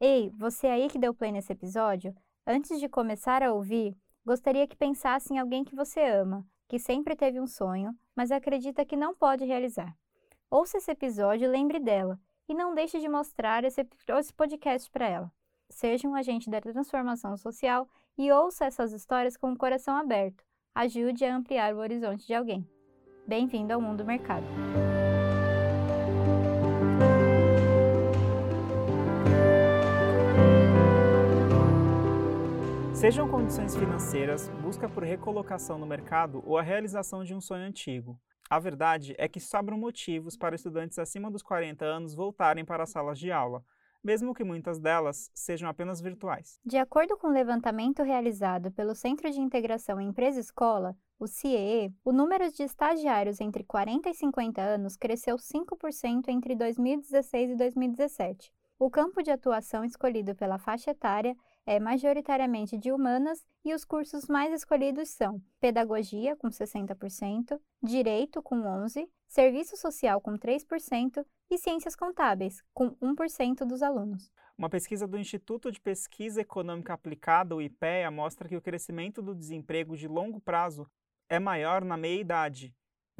Ei, você aí que deu play nesse episódio? Antes de começar a ouvir, gostaria que pensasse em alguém que você ama, que sempre teve um sonho, mas acredita que não pode realizar. Ouça esse episódio e lembre dela, e não deixe de mostrar esse podcast para ela. Seja um agente da transformação social e ouça essas histórias com o coração aberto. Ajude a ampliar o horizonte de alguém. Bem-vindo ao Mundo do Mercado. Sejam condições financeiras, busca por recolocação no mercado ou a realização de um sonho antigo. A verdade é que sobram motivos para estudantes acima dos 40 anos voltarem para as salas de aula, mesmo que muitas delas sejam apenas virtuais. De acordo com o levantamento realizado pelo Centro de Integração Empresa-Escola, o CIEE, o número de estagiários entre 40 e 50 anos cresceu 5% entre 2016 e 2017. O campo de atuação escolhido pela faixa etária é majoritariamente de humanas e os cursos mais escolhidos são Pedagogia, com 60%, Direito, com 11%, Serviço Social, com 3% e Ciências Contábeis, com 1% dos alunos. Uma pesquisa do Instituto de Pesquisa Econômica Aplicada, o IPEA, mostra que o crescimento do desemprego de longo prazo é maior na meia-idade.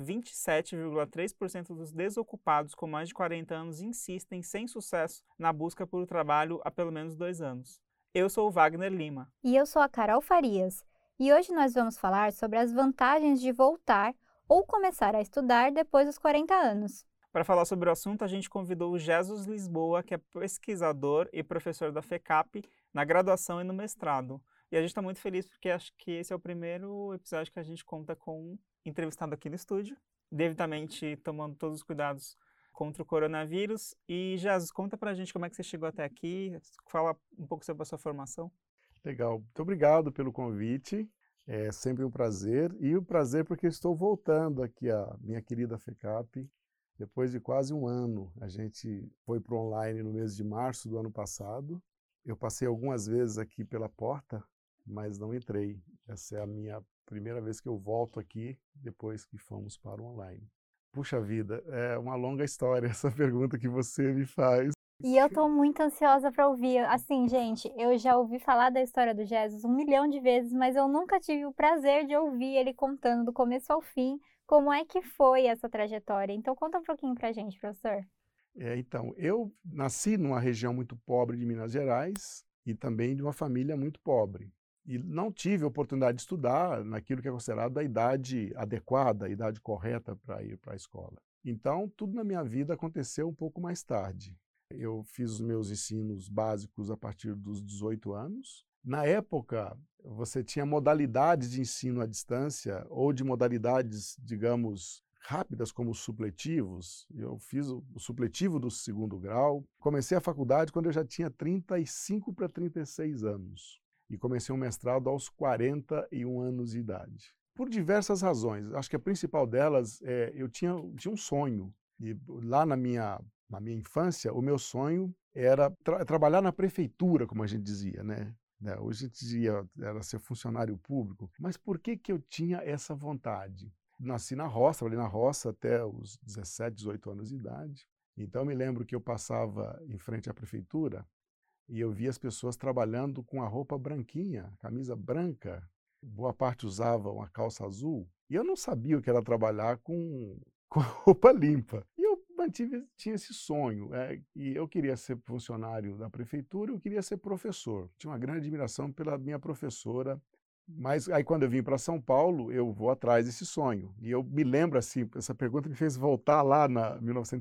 27,3% dos desocupados com mais de 40 anos insistem sem sucesso na busca por trabalho há pelo menos 2 anos. Eu sou o Wagner Lima. E eu sou a Carol Farias. E hoje nós vamos falar sobre as vantagens de voltar ou começar a estudar depois dos 40 anos. Para falar sobre o assunto, a gente convidou o Jesus Lisboa, que é pesquisador e professor da FECAP na graduação e no mestrado. E a gente está muito feliz porque acho que esse é o primeiro episódio que a gente conta com um entrevistado aqui no estúdio, devidamente tomando todos os cuidados contra o coronavírus. E, Jesus, conta pra gente como é que você chegou até aqui, fala um pouco sobre a sua formação. Legal, muito obrigado pelo convite, é sempre um prazer, e o prazer porque estou voltando aqui à minha querida FECAP, depois de quase um ano. A gente foi para o online no mês de março do ano passado, eu passei algumas vezes aqui pela porta, mas não entrei. Essa é a minha primeira vez que eu volto aqui, depois que fomos para o online. Puxa vida, é uma longa história essa pergunta que você me faz. E eu tô muito ansiosa para ouvir. Assim, gente, eu já ouvi falar da história do Jesus 1 milhão de vezes, mas eu nunca tive o prazer de ouvir ele contando do começo ao fim como é que foi essa trajetória. Então conta um pouquinho pra gente, professor. Então, eu nasci numa região muito pobre de Minas Gerais e também de uma família muito pobre. E não tive a oportunidade de estudar naquilo que é considerado a idade adequada, a idade correta para ir para a escola. Então, tudo na minha vida aconteceu um pouco mais tarde. Eu fiz os meus ensinos básicos a partir dos 18 anos. Na época, você tinha modalidades de ensino à distância ou de modalidades, digamos, rápidas como os supletivos. Eu fiz o supletivo do 2º grau. Comecei a faculdade quando eu já tinha 35 para 36 anos. E comecei um mestrado aos 41 anos de idade. Por diversas razões. Acho que a principal delas é eu tinha um sonho. E lá na minha infância, o meu sonho era trabalhar na prefeitura, como a gente dizia, né? Hoje a gente dizia era ser funcionário público. Mas por que eu tinha essa vontade? Nasci na roça, trabalhei na roça até os 17, 18 anos de idade. Então eu me lembro que eu passava em frente à prefeitura e eu via as pessoas trabalhando com a roupa branquinha, camisa branca. Boa parte usava uma calça azul. E eu não sabia o que era trabalhar com roupa limpa. E eu tinha esse sonho. E eu queria ser funcionário da prefeitura, eu queria ser professor. Tinha uma grande admiração pela minha professora. Mas aí quando eu vim para São Paulo, eu vou atrás desse sonho. E eu me lembro assim, essa pergunta me fez voltar lá na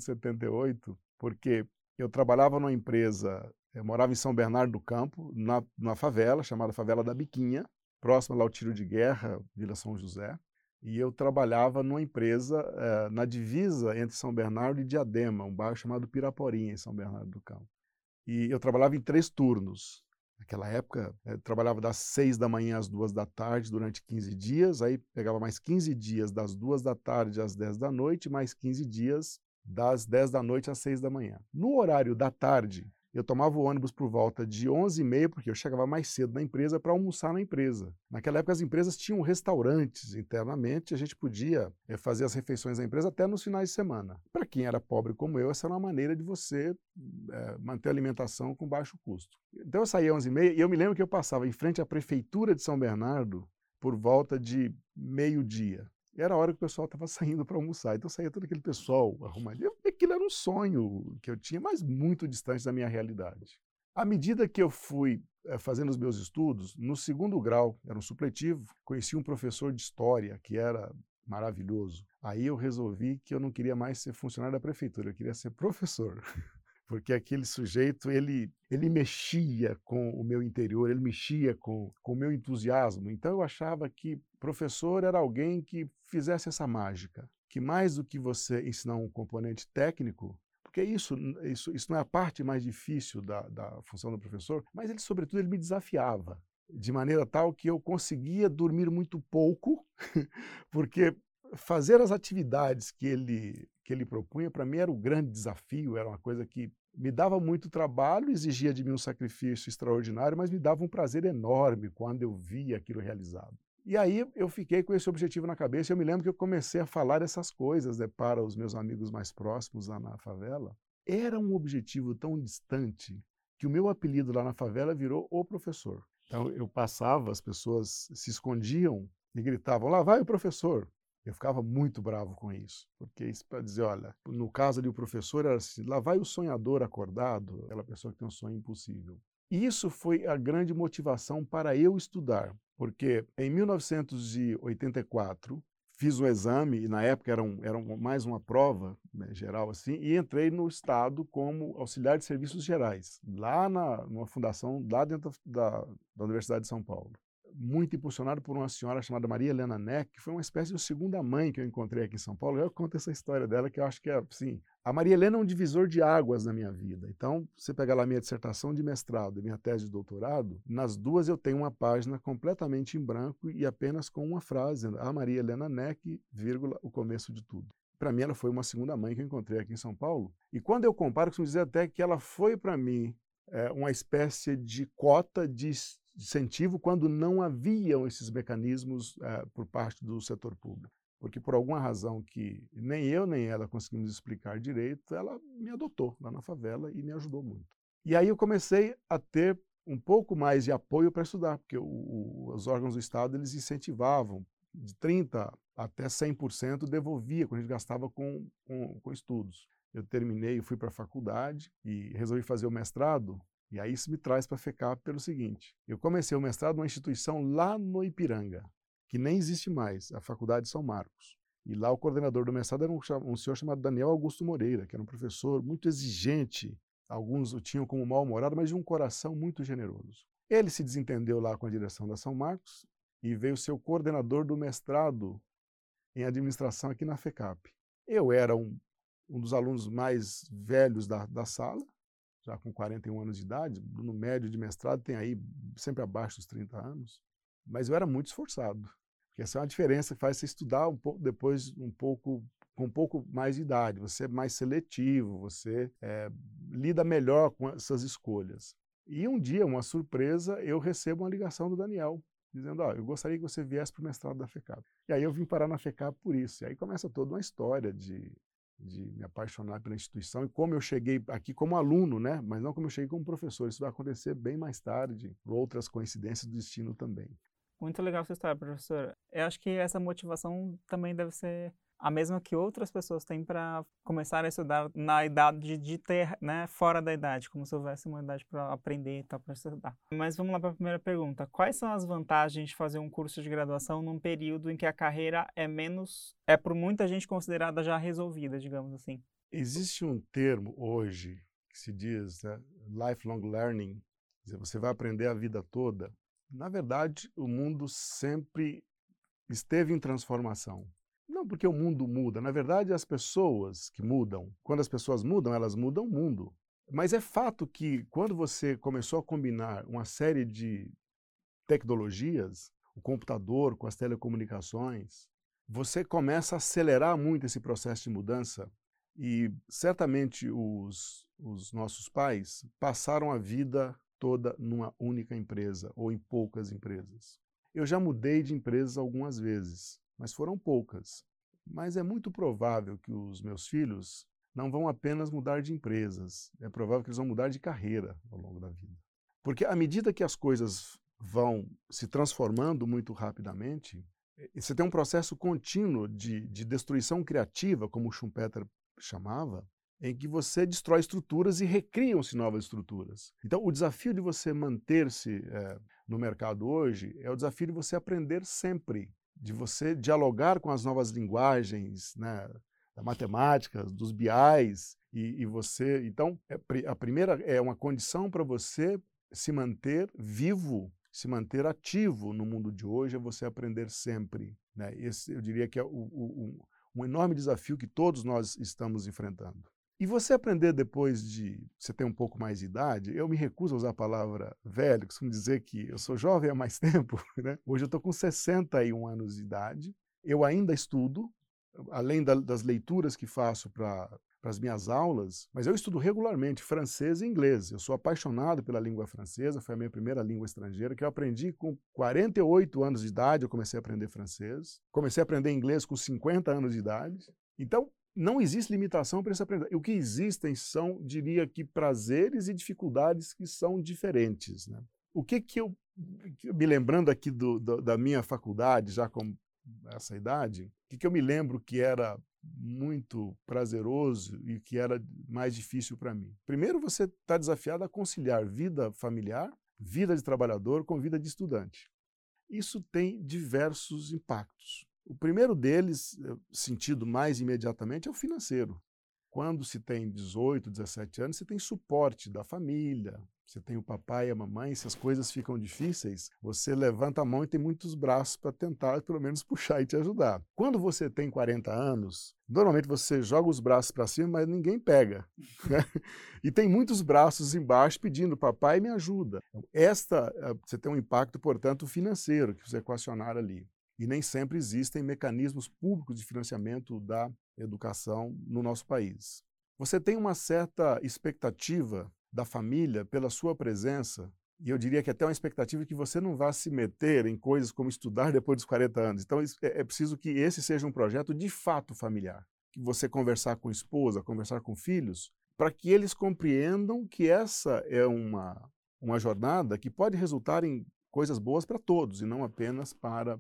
1978, porque eu trabalhava numa empresa, eu morava em São Bernardo do Campo, numa favela, chamada Favela da Biquinha, próxima lá ao Tiro de Guerra, Vila São José, e eu trabalhava numa empresa na divisa entre São Bernardo e Diadema, um bairro chamado Piraporinha, em São Bernardo do Campo. E eu trabalhava em 3 turnos. Naquela época, eu trabalhava das 6 da manhã às 2 da tarde durante 15 dias, aí pegava mais 15 dias das 2 da tarde às 10 da noite, mais 15 dias das 10 da noite às 6 da manhã. No horário da tarde, Eu tomava o ônibus por volta de 11h30, porque eu chegava mais cedo na empresa para almoçar na empresa. Naquela época as empresas tinham restaurantes internamente, a gente podia fazer as refeições na empresa até nos finais de semana. Para quem era pobre como eu, essa era uma maneira de você manter a alimentação com baixo custo. Então eu saía às 11h30 e eu me lembro que eu passava em frente à prefeitura de São Bernardo por volta de meio-dia. Era a hora que o pessoal estava saindo para almoçar. Então saía todo aquele pessoal arrumadinho. Aquilo era um sonho que eu tinha, mas muito distante da minha realidade. À medida que eu fui fazendo os meus estudos, no segundo grau, era um supletivo, conheci um professor de história que era maravilhoso. Aí eu resolvi que eu não queria mais ser funcionário da prefeitura, eu queria ser professor. Porque aquele sujeito, ele mexia com o meu interior, ele mexia com o meu entusiasmo. Então eu achava que professor era alguém que fizesse essa mágica, que mais do que você ensinar um componente técnico, porque isso não é a parte mais difícil da função do professor, mas ele, sobretudo, ele me desafiava, de maneira tal que eu conseguia dormir muito pouco, porque fazer as atividades que ele propunha, para mim, era o grande desafio, era uma coisa que me dava muito trabalho, exigia de mim um sacrifício extraordinário, mas me dava um prazer enorme quando eu via aquilo realizado. E aí eu fiquei com esse objetivo na cabeça, e eu me lembro que eu comecei a falar essas coisas para os meus amigos mais próximos lá na favela. Era um objetivo tão distante que o meu apelido lá na favela virou o professor. Então eu passava, as pessoas se escondiam e gritavam, lá vai o professor. Eu ficava muito bravo com isso, porque isso para dizer, olha, no caso ali o professor era assim, lá vai o sonhador acordado, aquela pessoa que tem um sonho impossível. E isso foi a grande motivação para eu estudar, porque em 1984 fiz um exame, e na época era mais uma prova, né, geral assim, e entrei no Estado como auxiliar de serviços gerais, lá numa fundação lá dentro da Universidade de São Paulo. Muito impulsionado por uma senhora chamada Maria Helena Neck, que foi uma espécie de segunda mãe que eu encontrei aqui em São Paulo. Eu conto essa história dela, que eu acho que é, assim, a Maria Helena é um divisor de águas na minha vida. Então, você pegar lá minha dissertação de mestrado e minha tese de doutorado, nas duas eu tenho uma página completamente em branco e apenas com uma frase, a Maria Helena Neck, vírgula, o começo de tudo. Para mim, ela foi uma segunda mãe que eu encontrei aqui em São Paulo. E quando eu comparo, costumo dizer até que ela foi para mim uma espécie de cota de incentivo quando não haviam esses mecanismos por parte do setor público. Porque por alguma razão que nem eu nem ela conseguimos explicar direito, ela me adotou lá na favela e me ajudou muito. E aí eu comecei a ter um pouco mais de apoio para estudar, porque os órgãos do Estado eles incentivavam, de 30% até 100% devolvia quando a gente gastava com estudos. Eu terminei, fui para a faculdade e resolvi fazer o mestrado. E aí isso me traz para a FECAP pelo seguinte, eu comecei o mestrado numa instituição lá no Ipiranga, que nem existe mais, a Faculdade de São Marcos. E lá o coordenador do mestrado era um senhor chamado Daniel Augusto Moreira, que era um professor muito exigente, alguns o tinham como mal-humorado, mas de um coração muito generoso. Ele se desentendeu lá com a direção da São Marcos e veio ser o coordenador do mestrado em administração aqui na FECAP. Eu era um dos alunos mais velhos da sala, já com 41 anos de idade, no médio de mestrado tem aí sempre abaixo dos 30 anos, mas eu era muito esforçado, porque essa é uma diferença que faz você estudar um pouco depois, com um pouco mais de idade, você é mais seletivo, você lida melhor com essas escolhas. E um dia, uma surpresa, eu recebo uma ligação do Daniel, dizendo, eu gostaria que você viesse para o mestrado da FECAP. E aí eu vim parar na FECAP por isso, e aí começa toda uma história de me apaixonar pela instituição e como eu cheguei aqui como aluno, né? Mas não como eu cheguei como professor. Isso vai acontecer bem mais tarde, por outras coincidências do destino também. Muito legal essa história, professor. Eu acho que essa motivação também deve ser a mesma que outras pessoas têm para começar a estudar na idade de ter, né, fora da idade, como se houvesse uma idade para aprender e tal, para estudar. Mas vamos lá para a primeira pergunta. Quais são as vantagens de fazer um curso de graduação num período em que a carreira é por muita gente considerada já resolvida, digamos assim? Existe um termo hoje que se diz lifelong learning, quer dizer, você vai aprender a vida toda. Na verdade, o mundo sempre esteve em transformação. Não porque o mundo muda, na verdade as pessoas que mudam. Quando as pessoas mudam, elas mudam o mundo. Mas é fato que quando você começou a combinar uma série de tecnologias, o computador com as telecomunicações, você começa a acelerar muito esse processo de mudança E certamente os nossos pais passaram a vida toda numa única empresa ou em poucas empresas. Eu já mudei de empresas algumas vezes, mas foram poucas. Mas é muito provável que os meus filhos não vão apenas mudar de empresas, é provável que eles vão mudar de carreira ao longo da vida. Porque à medida que as coisas vão se transformando muito rapidamente, você tem um processo contínuo de destruição criativa, como o Schumpeter chamava, em que você destrói estruturas e recriam-se novas estruturas. Então, o desafio de você manter-se no mercado hoje é o desafio de você aprender sempre, de você dialogar com as novas linguagens, né, da matemática, dos BIs, e você... Então, a primeira é uma condição para você se manter vivo, se manter ativo no mundo de hoje, é você aprender sempre, né? Esse, eu diria que é um enorme desafio que todos nós estamos enfrentando. E você aprender depois de você ter um pouco mais de idade, eu me recuso a usar a palavra velho, costumo dizer que eu sou jovem há mais tempo, né? Hoje eu estou com 61 anos de idade, eu ainda estudo, além das leituras que faço para as minhas aulas, mas eu estudo regularmente francês e inglês. Eu sou apaixonado pela língua francesa, foi a minha primeira língua estrangeira, que eu aprendi com 48 anos de idade, eu comecei a aprender francês. Comecei a aprender inglês com 50 anos de idade. Então, não existe limitação para esse aprendizado. O que existem são, diria que, prazeres e dificuldades que são diferentes, né? O que eu, me lembrando aqui da minha faculdade, já com essa idade, o que eu me lembro que era muito prazeroso e que era mais difícil para mim? Primeiro, você está desafiado a conciliar vida familiar, vida de trabalhador com vida de estudante. Isso tem diversos impactos. O primeiro deles, sentido mais imediatamente, é o financeiro. Quando se tem 18, 17 anos, você tem suporte da família, você tem o papai e a mamãe, se as coisas ficam difíceis, você levanta a mão e tem muitos braços para tentar, pelo menos, puxar e te ajudar. Quando você tem 40 anos, normalmente você joga os braços para cima, mas ninguém pega, né? E tem muitos braços embaixo pedindo, papai, me ajuda. Você tem um impacto, portanto, financeiro, que você equacionar ali. E nem sempre existem mecanismos públicos de financiamento da educação no nosso país. Você tem uma certa expectativa da família pela sua presença, e eu diria que até uma expectativa que você não vá se meter em coisas como estudar depois dos 40 anos. Então é preciso que esse seja um projeto de fato familiar, que você conversar com esposa, conversar com filhos, para que eles compreendam que essa é uma jornada que pode resultar em coisas boas para todos, e não apenas para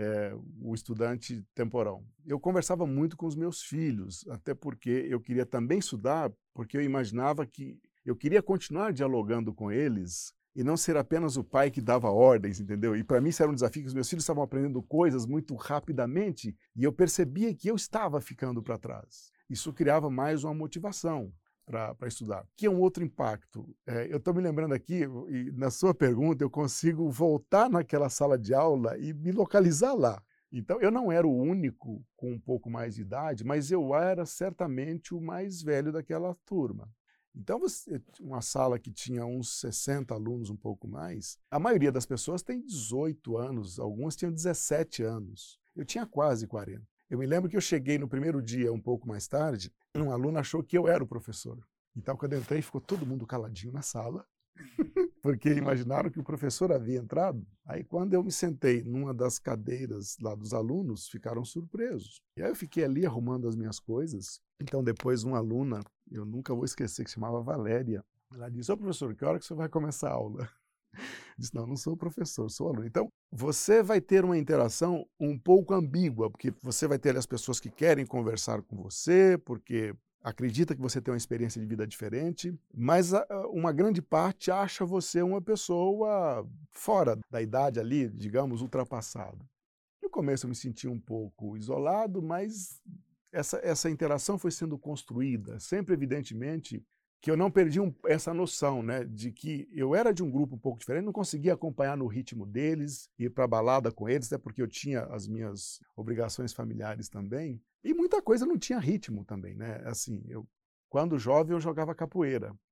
o estudante temporão. Eu conversava muito com os meus filhos, até porque eu queria também estudar, porque eu imaginava que eu queria continuar dialogando com eles e não ser apenas o pai que dava ordens, entendeu? E para mim isso era um desafio, que os meus filhos estavam aprendendo coisas muito rapidamente e eu percebia que eu estava ficando para trás. Isso criava mais uma motivação para estudar. Que é um outro impacto. Eu estou me lembrando aqui, e na sua pergunta, eu consigo voltar naquela sala de aula e me localizar lá. Então, eu não era o único com um pouco mais de idade, mas eu era certamente o mais velho daquela turma. Então, uma sala que tinha uns 60 alunos, um pouco mais, a maioria das pessoas tem 18 anos, algumas tinham 17 anos. Eu tinha quase 40. Eu me lembro que eu cheguei no primeiro dia, um pouco mais tarde, um aluno achou que eu era o professor. Então, quando eu entrei, ficou todo mundo caladinho na sala, porque imaginaram que o professor havia entrado. Aí, quando eu me sentei numa das cadeiras lá dos alunos, ficaram surpresos. E aí eu fiquei ali arrumando as minhas coisas. Então, depois, uma aluna, eu nunca vou esquecer, que se chamava Valéria, ela disse: ô professor, que hora que você vai começar a aula? Disse: não sou professor, sou aluno. Então, você vai ter uma interação um pouco ambígua, porque você vai ter as pessoas que querem conversar com você, porque acredita que você tem uma experiência de vida diferente, mas uma grande parte acha você uma pessoa fora da idade ali, digamos, ultrapassada. No começo eu me senti um pouco isolado, mas essa interação foi sendo construída, sempre evidentemente que eu não perdi essa noção, né, de que eu era de um grupo um pouco diferente, não conseguia acompanhar no ritmo deles, ir para a balada com eles, até porque eu tinha as minhas obrigações familiares também, e muita coisa não tinha ritmo também, né? Assim, quando jovem eu jogava capoeira.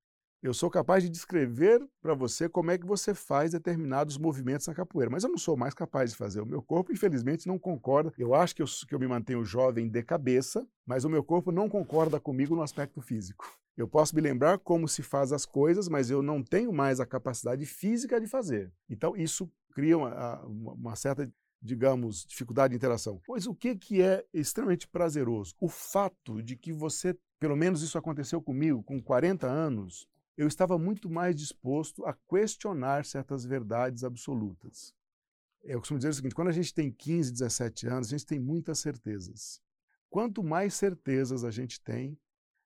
Eu sou capaz de descrever para você como é que você faz determinados movimentos na capoeira, mas eu não sou mais capaz de fazer. O meu corpo, infelizmente, não concorda. Eu acho que eu me mantenho jovem de cabeça, mas o meu corpo não concorda comigo no aspecto físico. Eu posso me lembrar como se faz as coisas, mas eu não tenho mais a capacidade física de fazer. Então, isso cria uma certa, digamos, dificuldade de interação. Pois o que é extremamente prazeroso? O fato de que você, pelo menos isso aconteceu comigo, com 40 anos, eu estava muito mais disposto a questionar certas verdades absolutas. Eu costumo dizer o seguinte, quando a gente tem 15, 17 anos, a gente tem muitas certezas. Quanto mais certezas a gente tem,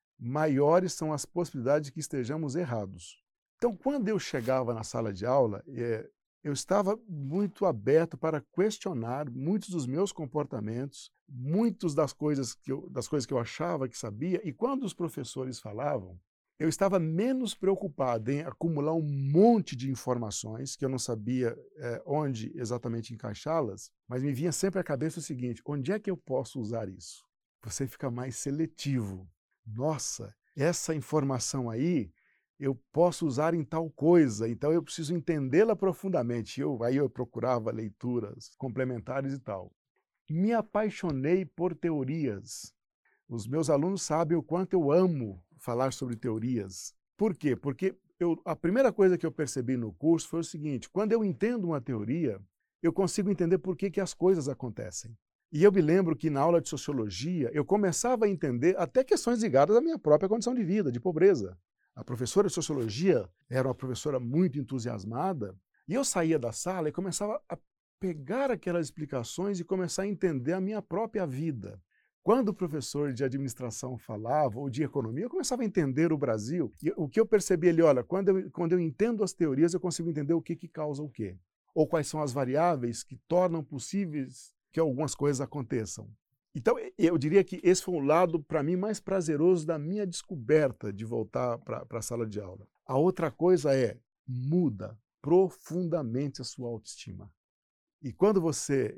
maiores são as possibilidades de que estejamos errados. Então, quando eu chegava na sala de aula, eu estava muito aberto para questionar muitos dos meus comportamentos, muitas das coisas que eu achava que sabia, e quando os professores falavam, eu estava menos preocupado em acumular um monte de informações, que eu não sabia onde exatamente encaixá-las, mas me vinha sempre à cabeça o seguinte, onde é que eu posso usar isso? Você fica mais seletivo. Nossa, essa informação aí eu posso usar em tal coisa, então eu preciso entendê-la profundamente. Aí eu procurava leituras complementares e tal. Me apaixonei por teorias. Os meus alunos sabem o quanto eu amo falar sobre teorias. Por quê? Porque a primeira coisa que eu percebi no curso foi o seguinte, quando eu entendo uma teoria, eu consigo entender por que as coisas acontecem. E eu me lembro que na aula de sociologia, eu começava a entender até questões ligadas à minha própria condição de vida, de pobreza. A professora de sociologia era uma professora muito entusiasmada, e eu saía da sala e começava a pegar aquelas explicações e começar a entender a minha própria vida. Quando o professor de administração falava, ou de economia, eu começava a entender o Brasil. E o que eu percebi ali, olha, quando eu entendo as teorias, eu consigo entender o que causa o quê. Ou quais são as variáveis que tornam possíveis que algumas coisas aconteçam. Então, eu diria que esse foi um lado, para mim, mais prazeroso da minha descoberta de voltar para a sala de aula. A outra coisa muda profundamente a sua autoestima. E quando você...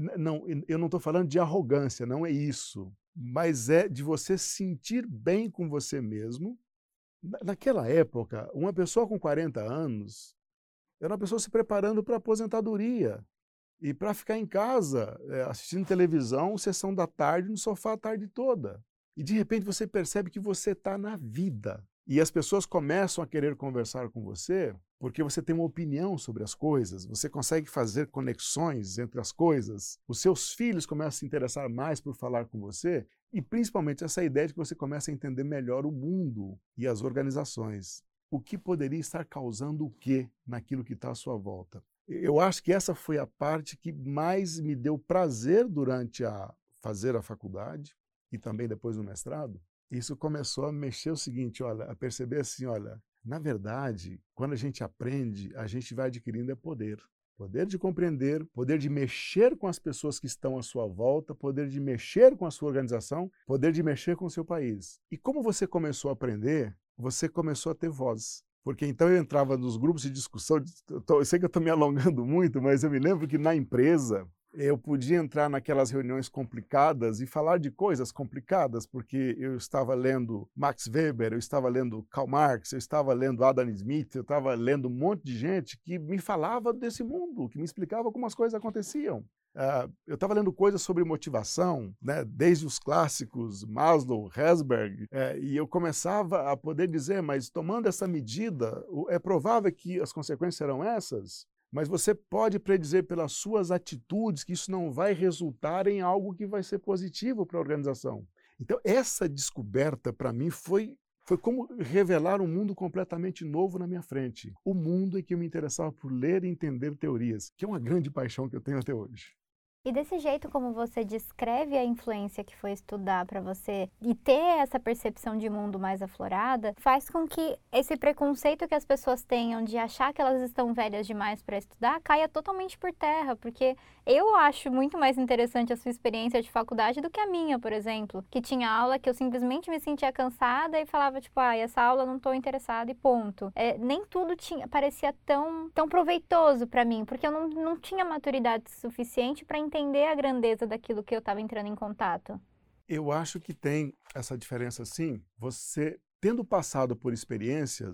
eu não estou falando de arrogância, não é isso, mas é de você sentir bem com você mesmo. Naquela época, uma pessoa com 40 anos era uma pessoa se preparando para a aposentadoria. E para ficar em casa, assistindo televisão, sessão da tarde, no sofá a tarde toda. E de repente você percebe que você está na vida. E as pessoas começam a querer conversar com você porque você tem uma opinião sobre as coisas, você consegue fazer conexões entre as coisas, os seus filhos começam a se interessar mais por falar com você e principalmente essa ideia de que você começa a entender melhor o mundo e as organizações. O que poderia estar causando o quê naquilo que está à sua volta? Eu acho que essa foi a parte que mais me deu prazer durante fazer a faculdade e também depois no mestrado. Isso começou a mexer o seguinte, olha, a perceber assim, olha, na verdade, quando a gente aprende, a gente vai adquirindo poder. Poder de compreender, poder de mexer com as pessoas que estão à sua volta, poder de mexer com a sua organização, poder de mexer com o seu país. E como você começou a aprender, você começou a ter voz. Porque então eu entrava nos grupos de discussão, eu sei que eu estou me alongando muito, mas eu me lembro que na empresa eu podia entrar naquelas reuniões complicadas e falar de coisas complicadas, porque eu estava lendo Max Weber, eu estava lendo Karl Marx, eu estava lendo Adam Smith, eu estava lendo um monte de gente que me falava desse mundo, que me explicava como as coisas aconteciam. Eu estava lendo coisas sobre motivação, né, desde os clássicos, Maslow, Herzberg, e eu começava a poder dizer, mas tomando essa medida, é provável que as consequências serão essas, mas você pode predizer pelas suas atitudes que isso não vai resultar em algo que vai ser positivo para a organização. Então, essa descoberta, para mim, foi como revelar um mundo completamente novo na minha frente. O mundo em que eu me interessava por ler e entender teorias, que é uma grande paixão que eu tenho até hoje. E desse jeito como você descreve a influência que foi estudar para você e ter essa percepção de mundo mais aflorada, faz com que esse preconceito que as pessoas tenham de achar que elas estão velhas demais para estudar caia totalmente por terra, porque eu acho muito mais interessante a sua experiência de faculdade do que a minha, por exemplo, que tinha aula que eu simplesmente me sentia cansada e falava tipo, essa aula não estou interessada e ponto. Nem tudo parecia tão proveitoso para mim, porque eu não tinha maturidade suficiente para entender a grandeza daquilo que eu estava entrando em contato. Eu acho que tem essa diferença sim. Você, tendo passado por experiências,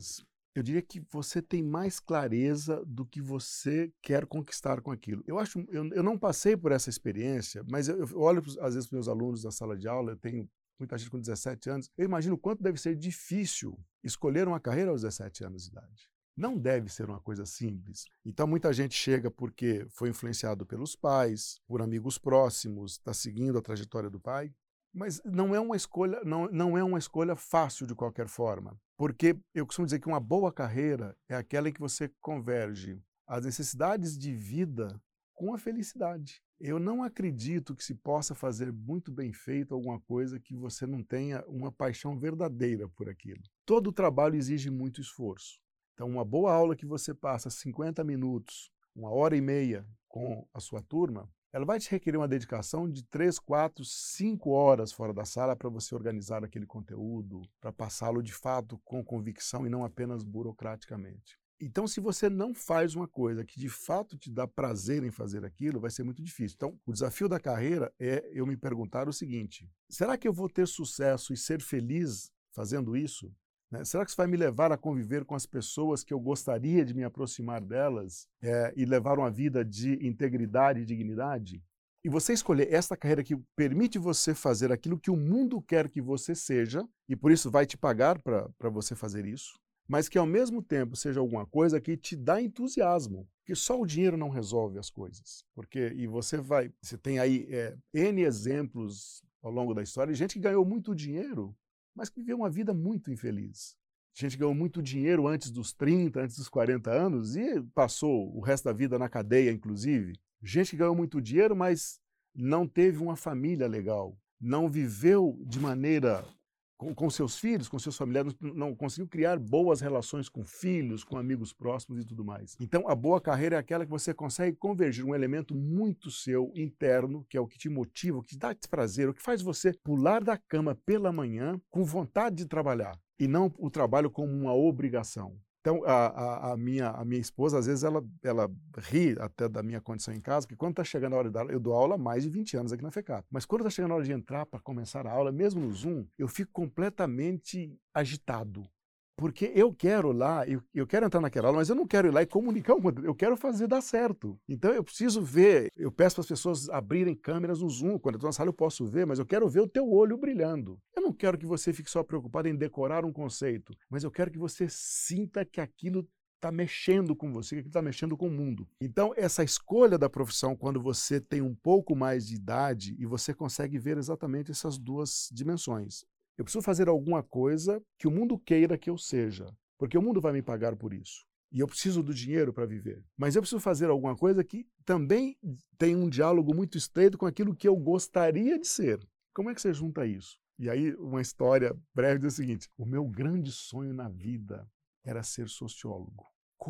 Eu diria que você tem mais clareza do que você quer conquistar com aquilo. Eu não passei por essa experiência, mas eu olho às vezes para os meus alunos da sala de aula, eu tenho muita gente com 17 anos, eu imagino o quanto deve ser difícil escolher uma carreira aos 17 anos de idade. Não deve ser uma coisa simples. Então muita gente chega porque foi influenciado pelos pais, por amigos próximos, está seguindo a trajetória do pai. Mas não é uma escolha, não é uma escolha fácil de qualquer forma, porque eu costumo dizer que uma boa carreira é aquela em que você converge as necessidades de vida com a felicidade. Eu não acredito que se possa fazer muito bem feito alguma coisa que você não tenha uma paixão verdadeira por aquilo. Todo trabalho exige muito esforço. Então, uma boa aula que você passa 50 minutos, 1h30 com a sua turma, ela vai te requerer uma dedicação de 3, 4, 5 horas fora da sala para você organizar aquele conteúdo, para passá-lo de fato com convicção e não apenas burocraticamente. Então, se você não faz uma coisa que de fato te dá prazer em fazer aquilo, vai ser muito difícil. Então, o desafio da carreira é eu me perguntar o seguinte: será que eu vou ter sucesso e ser feliz fazendo isso? Será que isso vai me levar a conviver com as pessoas que eu gostaria de me aproximar delas e levar uma vida de integridade e dignidade? E você escolher esta carreira que permite você fazer aquilo que o mundo quer que você seja, e por isso vai te pagar para você fazer isso, mas que ao mesmo tempo seja alguma coisa que te dá entusiasmo, porque só o dinheiro não resolve as coisas. Você tem aí N exemplos ao longo da história de gente que ganhou muito dinheiro, mas que viveu uma vida muito infeliz. Gente que ganhou muito dinheiro antes dos 30, antes dos 40 anos e passou o resto da vida na cadeia, inclusive. Gente que ganhou muito dinheiro, mas não teve uma família legal, não viveu de maneira com seus filhos, com seus familiares, não conseguiu criar boas relações com filhos, com amigos próximos e tudo mais. Então, a boa carreira é aquela que você consegue convergir um elemento muito seu, interno, que é o que te motiva, o que te dá prazer, o que faz você pular da cama pela manhã com vontade de trabalhar, e não o trabalho como uma obrigação. Então, a minha esposa, às vezes, ela ri até da minha condição em casa, porque quando está chegando a hora de dar aula, eu dou aula há mais de 20 anos aqui na FECAP, mas quando está chegando a hora de entrar para começar a aula, mesmo no Zoom, eu fico completamente agitado. Porque eu quero lá, eu quero entrar naquela aula, mas eu não quero ir lá e comunicar o conteúdo, eu quero fazer dar certo. Então eu preciso ver, eu peço para as pessoas abrirem câmeras no Zoom, quando eu estou na sala eu posso ver, mas eu quero ver o teu olho brilhando. Eu não quero que você fique só preocupado em decorar um conceito, mas eu quero que você sinta que aquilo está mexendo com você, que aquilo está mexendo com o mundo. Então essa escolha da profissão, quando você tem um pouco mais de idade e você consegue ver exatamente essas duas dimensões. Eu preciso fazer alguma coisa que o mundo queira que eu seja, porque o mundo vai me pagar por isso. E eu preciso do dinheiro para viver. Mas eu preciso fazer alguma coisa que também tem um diálogo muito estreito com aquilo que eu gostaria de ser. Como é que você junta isso? E aí, uma história breve diz o seguinte: o meu grande sonho na vida era ser sociólogo.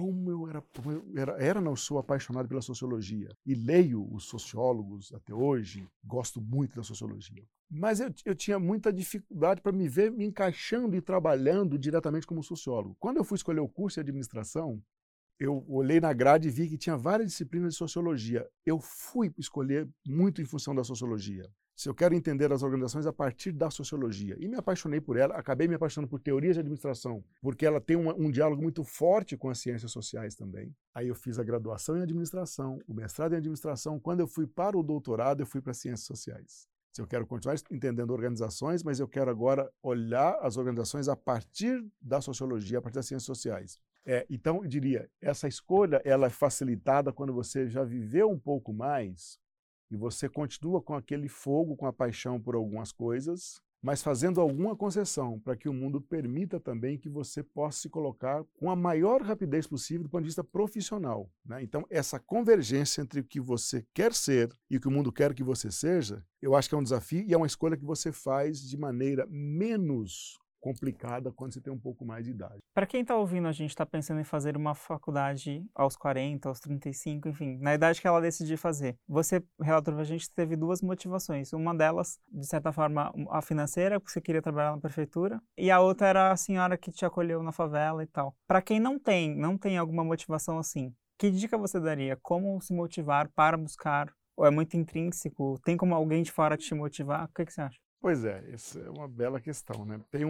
Não sou apaixonado pela sociologia e leio os sociólogos até hoje, gosto muito da sociologia. Mas eu tinha muita dificuldade para me ver me encaixando e trabalhando diretamente como sociólogo. Quando eu fui escolher o curso de administração, eu olhei na grade e vi que tinha várias disciplinas de sociologia. Eu fui escolher muito em função da sociologia. Se eu quero entender as organizações a partir da sociologia. E me apaixonei por ela, acabei me apaixonando por teorias de administração, porque ela tem um diálogo muito forte com as ciências sociais também. Aí eu fiz a graduação em administração, o mestrado em administração. Quando eu fui para o doutorado, eu fui para ciências sociais. Se eu quero continuar entendendo organizações, mas eu quero agora olhar as organizações a partir da sociologia, a partir das ciências sociais. Então, eu diria, essa escolha ela é facilitada quando você já viveu um pouco mais e você continua com aquele fogo, com a paixão por algumas coisas, mas fazendo alguma concessão para que o mundo permita também que você possa se colocar com a maior rapidez possível do ponto de vista profissional, né? Então, essa convergência entre o que você quer ser e o que o mundo quer que você seja, eu acho que é um desafio e é uma escolha que você faz de maneira menos complicada quando você tem um pouco mais de idade. Para quem está ouvindo, a gente está pensando em fazer uma faculdade aos 40, aos 35, enfim, na idade que ela decidir fazer. Você relatou para a gente que teve duas motivações. Uma delas, de certa forma, a financeira, porque você queria trabalhar na prefeitura, e a outra era a senhora que te acolheu na favela e tal. Para quem não tem alguma motivação assim, que dica você daria? Como se motivar para buscar? Ou é muito intrínseco? Tem como alguém de fora te motivar? O que você acha? Pois é, essa é uma bela questão, né? Tem um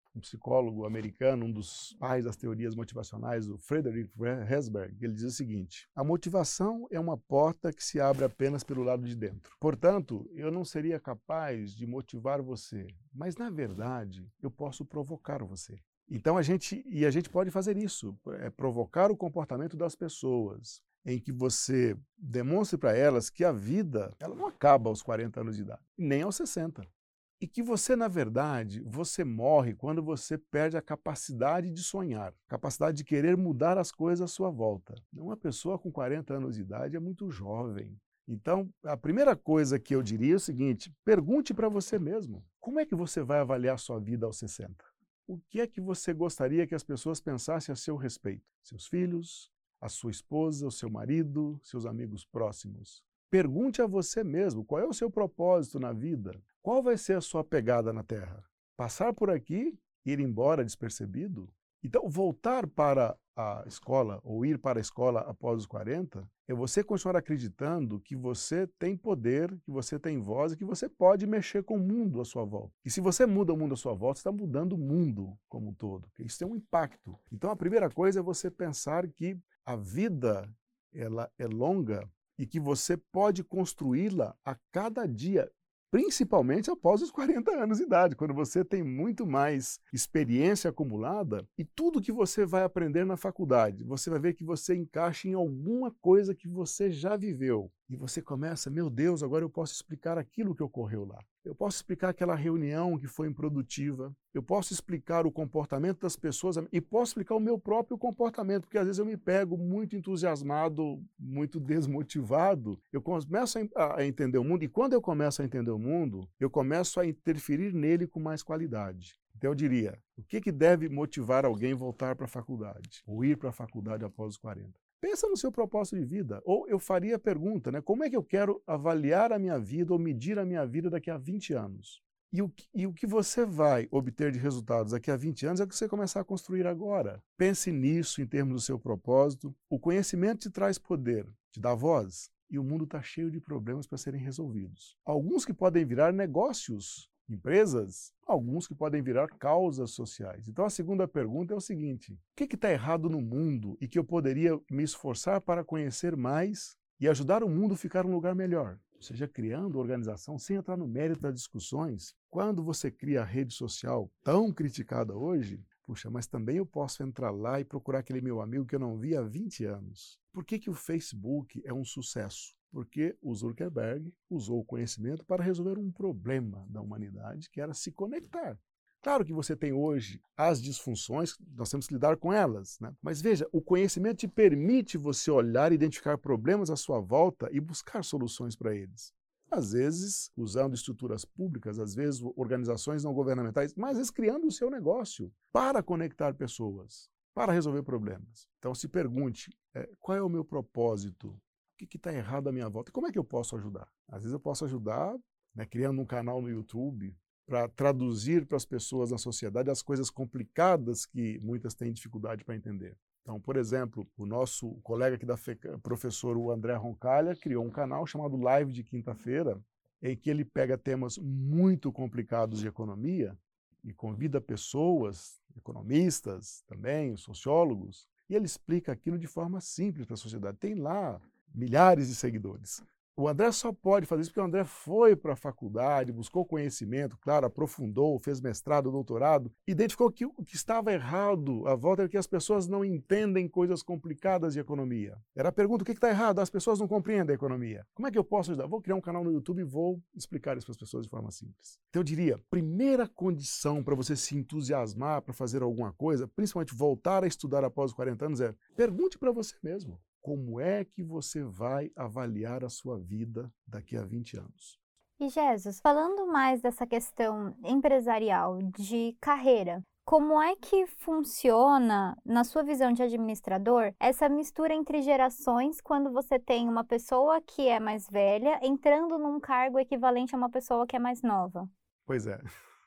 um psicólogo americano, um dos pais das teorias motivacionais, o Frederick Herzberg, ele diz o seguinte: a motivação é uma porta que se abre apenas pelo lado de dentro. Portanto, eu não seria capaz de motivar você, mas na verdade eu posso provocar você. Então a gente pode fazer isso, provocar o comportamento das pessoas, em que você demonstre para elas que a vida ela não acaba aos 40 anos de idade, nem aos 60. E que você, na verdade, você morre quando você perde a capacidade de sonhar, capacidade de querer mudar as coisas à sua volta. Uma pessoa com 40 anos de idade é muito jovem. Então, a primeira coisa que eu diria é o seguinte: pergunte para você mesmo, como é que você vai avaliar a sua vida aos 60? O que é que você gostaria que as pessoas pensassem a seu respeito? Seus filhos, a sua esposa, o seu marido, seus amigos próximos. Pergunte a você mesmo qual é o seu propósito na vida. Qual vai ser a sua pegada na Terra? Passar por aqui, ir embora despercebido? Então, voltar para a escola ou ir para a escola após os 40 é você continuar acreditando que você tem poder, que você tem voz e que você pode mexer com o mundo à sua volta. E se você muda o mundo à sua volta, você está mudando o mundo como um todo. Isso tem um impacto. Então, a primeira coisa é você pensar que a vida ela é longa e que você pode construí-la a cada dia, principalmente após os 40 anos de idade, quando você tem muito mais experiência acumulada e tudo que você vai aprender na faculdade, você vai ver que você encaixa em alguma coisa que você já viveu. E você começa, meu Deus, agora eu posso explicar aquilo que ocorreu lá. Eu posso explicar aquela reunião que foi improdutiva. Eu posso explicar o comportamento das pessoas e posso explicar o meu próprio comportamento, porque às vezes eu me pego muito entusiasmado, muito desmotivado. Eu começo a entender o mundo e quando eu começo a entender o mundo, eu começo a interferir nele com mais qualidade. Então eu diria, o que deve motivar alguém a voltar para a faculdade ou ir para a faculdade após os 40? Pensa no seu propósito de vida. Ou eu faria a pergunta, né? Como é que eu quero avaliar a minha vida ou medir a minha vida daqui a 20 anos? E o que você vai obter de resultados daqui a 20 anos é o que você começar a construir agora. Pense nisso em termos do seu propósito. O conhecimento te traz poder, te dá voz. E o mundo está cheio de problemas para serem resolvidos. Alguns que podem virar negócios, empresas, alguns que podem virar causas sociais. Então a segunda pergunta é o seguinte: o que está errado no mundo e que eu poderia me esforçar para conhecer mais e ajudar o mundo a ficar um lugar melhor? Ou seja, criando organização, sem entrar no mérito das discussões. Quando você cria a rede social tão criticada hoje, puxa, mas também eu posso entrar lá e procurar aquele meu amigo que eu não vi há 20 anos. Por que o Facebook é um sucesso? Porque o Zuckerberg usou o conhecimento para resolver um problema da humanidade, que era se conectar. Claro que você tem hoje as disfunções, nós temos que lidar com elas, né? Mas veja, o conhecimento te permite você olhar e identificar problemas à sua volta e buscar soluções para eles. Às vezes, usando estruturas públicas, às vezes organizações não governamentais, mas às vezes criando o seu negócio para conectar pessoas, para resolver problemas. Então se pergunte, qual é o meu propósito? O que está errado à minha volta? E como é que eu posso ajudar? Às vezes eu posso ajudar, né, criando um canal no YouTube para traduzir para as pessoas na sociedade as coisas complicadas que muitas têm dificuldade para entender. Então, por exemplo, o nosso colega aqui da FECAP, professor o André Roncalha, criou um canal chamado Live de Quinta-feira, em que ele pega temas muito complicados de economia e convida pessoas, economistas também, sociólogos, e ele explica aquilo de forma simples para a sociedade. Tem lá milhares de seguidores. O André só pode fazer isso porque o André foi para a faculdade, buscou conhecimento, claro, aprofundou, fez mestrado, doutorado, identificou que o que estava errado à volta era que as pessoas não entendem coisas complicadas de economia. Era a pergunta, o que está errado? As pessoas não compreendem a economia. Como é que eu posso ajudar? Vou criar um canal no YouTube e vou explicar isso para as pessoas de forma simples. Então eu diria, primeira condição para você se entusiasmar para fazer alguma coisa, principalmente voltar a estudar após os 40 anos, é pergunte para você mesmo. Como é que você vai avaliar a sua vida daqui a 20 anos? E Jesus, falando mais dessa questão empresarial, de carreira, como é que funciona, na sua visão de administrador, essa mistura entre gerações quando você tem uma pessoa que é mais velha entrando num cargo equivalente a uma pessoa que é mais nova? Pois é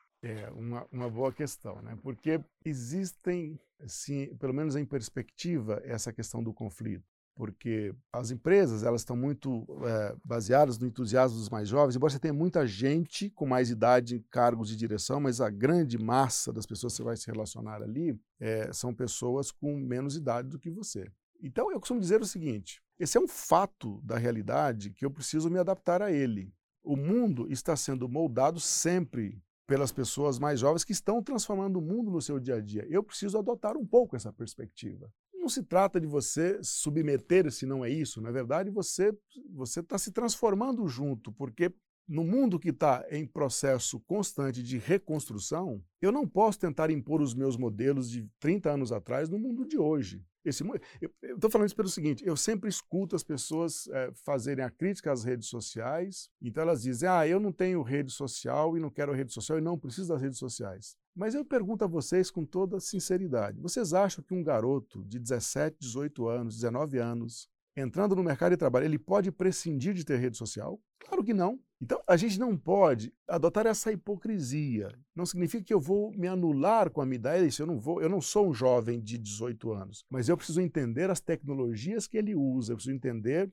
uma boa questão, né? Porque existem, assim, pelo menos em perspectiva, essa questão do conflito. porque as empresas elas estão muito baseadas no entusiasmo dos mais jovens, embora você tenha muita gente com mais idade em cargos de direção, mas a grande massa das pessoas que você vai se relacionar ali são pessoas com menos idade do que você. Então eu costumo dizer o seguinte, esse é um fato da realidade que eu preciso me adaptar a ele. O mundo está sendo moldado sempre pelas pessoas mais jovens que estão transformando o mundo no seu dia a dia. Eu preciso adotar um pouco essa perspectiva. Não se trata de você submeter se não é isso. Na verdade, você está se transformando junto, porque no mundo que está em processo constante de reconstrução, eu não posso tentar impor os meus modelos de 30 anos atrás no mundo de hoje. Eu estou falando isso pelo seguinte, eu sempre escuto as pessoas fazerem a crítica às redes sociais, então elas dizem, eu não tenho rede social e não quero rede social e não preciso das redes sociais. Mas eu pergunto a vocês com toda sinceridade, vocês acham que um garoto de 17, 18 anos, 19 anos, entrando no mercado de trabalho, ele pode prescindir de ter rede social? Claro que não. Então, a gente não pode adotar essa hipocrisia. Não significa que eu vou me anular com a minha idade. Eu não sou um jovem de 18 anos, mas eu preciso entender as tecnologias que ele usa, eu preciso entender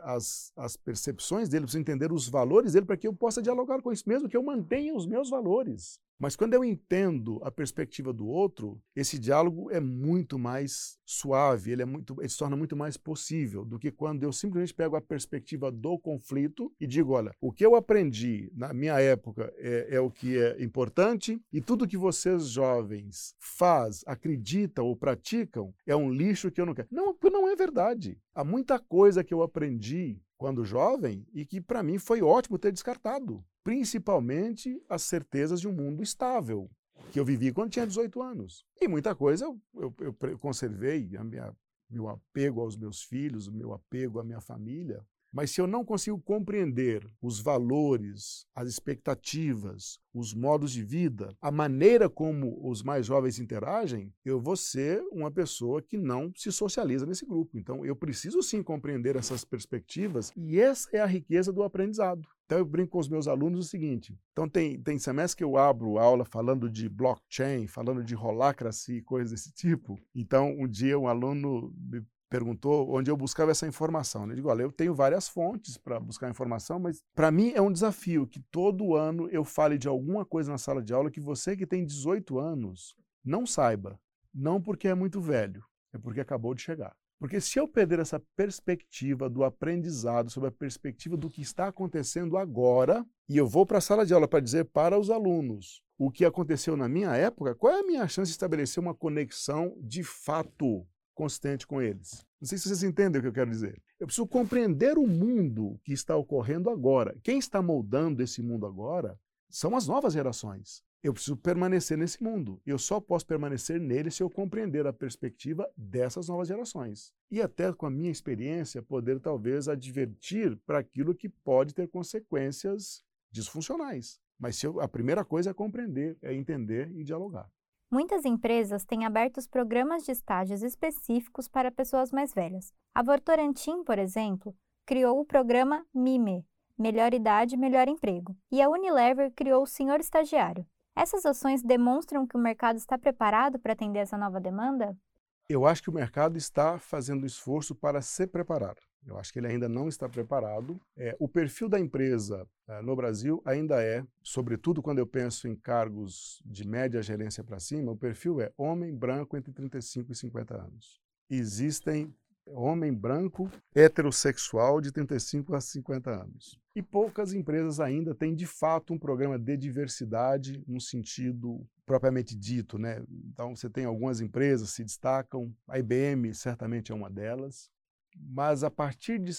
as percepções dele, eu preciso entender os valores dele para que eu possa dialogar com isso mesmo, que eu mantenha os meus valores. Mas quando eu entendo a perspectiva do outro, esse diálogo é muito mais suave, ele se torna muito mais possível do que quando eu simplesmente pego a perspectiva do conflito e digo, olha, o que eu aprendi na minha época é o que é importante e tudo que vocês jovens acreditam ou praticam é um lixo que eu não quero. Não é verdade. Há muita coisa que eu aprendi quando jovem e que para mim foi ótimo ter descartado. Principalmente as certezas de um mundo estável, que eu vivi quando tinha 18 anos. E muita coisa eu conservei, meu apego aos meus filhos, o meu apego à minha família. Mas se eu não consigo compreender os valores, as expectativas, os modos de vida, a maneira como os mais jovens interagem, eu vou ser uma pessoa que não se socializa nesse grupo. Então, eu preciso sim compreender essas perspectivas e essa é a riqueza do aprendizado. Então, eu brinco com os meus alunos o seguinte, então tem semestre que eu abro aula falando de blockchain, falando de holacracy, coisas desse tipo. Então, um dia um aluno me perguntou onde eu buscava essa informação. Eu digo, olha, eu tenho várias fontes para buscar informação, mas para mim é um desafio que todo ano eu fale de alguma coisa na sala de aula que você que tem 18 anos não saiba. Não porque é muito velho, é porque acabou de chegar. Porque se eu perder essa perspectiva do aprendizado, sobre a perspectiva do que está acontecendo agora, e eu vou para a sala de aula para dizer para os alunos o que aconteceu na minha época, qual é a minha chance de estabelecer uma conexão de fato consistente com eles? Não sei se vocês entendem o que eu quero dizer. Eu preciso compreender o mundo que está ocorrendo agora. Quem está moldando esse mundo agora são as novas gerações. Eu preciso permanecer nesse mundo. Eu só posso permanecer nele se eu compreender a perspectiva dessas novas gerações. E até com a minha experiência, poder talvez advertir para aquilo que pode ter consequências disfuncionais. Mas a primeira coisa é compreender, é entender e dialogar. Muitas empresas têm aberto programas de estágios específicos para pessoas mais velhas. A Votorantim, por exemplo, criou o programa MIME, Melhor Idade, Melhor Emprego. E a Unilever criou o Senhor Estagiário. Essas ações demonstram que o mercado está preparado para atender essa nova demanda? Eu acho que o mercado está fazendo esforço para se preparar. Eu acho que ele ainda não está preparado. O perfil da empresa no Brasil ainda sobretudo quando eu penso em cargos de média gerência para cima, o perfil é homem branco entre 35 e 50 anos. Existem homem branco heterossexual de 35 a 50 anos. E poucas empresas ainda têm, de fato, um programa de diversidade no sentido propriamente dito, né? Então, você tem algumas empresas que se destacam, a IBM certamente é uma delas, mas a partir de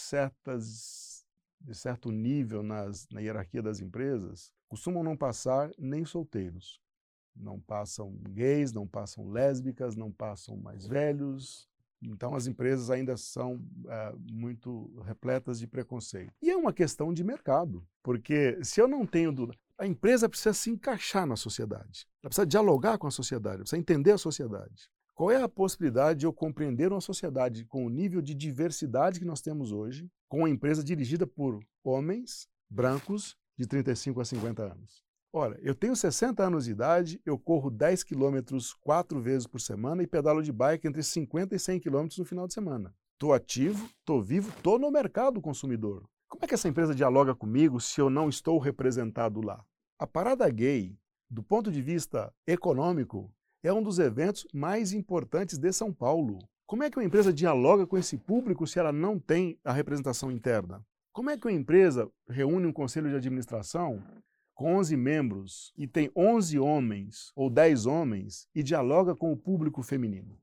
certo nível na hierarquia das empresas, costumam não passar nem solteiros. Não passam gays, não passam lésbicas, não passam mais velhos. Então, as empresas ainda são muito repletas de preconceito. E é uma questão de mercado, porque se eu não tenho... A empresa precisa se encaixar na sociedade. Ela precisa dialogar com a sociedade, ela precisa entender a sociedade. Qual é a possibilidade de eu compreender uma sociedade com o nível de diversidade que nós temos hoje, com uma empresa dirigida por homens brancos de 35 a 50 anos? Olha, eu tenho 60 anos de idade, eu corro 10 quilômetros 4 vezes por semana e pedalo de bike entre 50 e 100 quilômetros no final de semana. estou ativo, estou vivo, estou no mercado consumidor. Como é que essa empresa dialoga comigo se eu não estou representado lá? A Parada Gay, do ponto de vista econômico, é um dos eventos mais importantes de São Paulo. Como é que uma empresa dialoga com esse público se ela não tem a representação interna? Como é que uma empresa reúne um conselho de administração com 11 membros e tem 11 homens ou 10 homens e dialoga com o público feminino?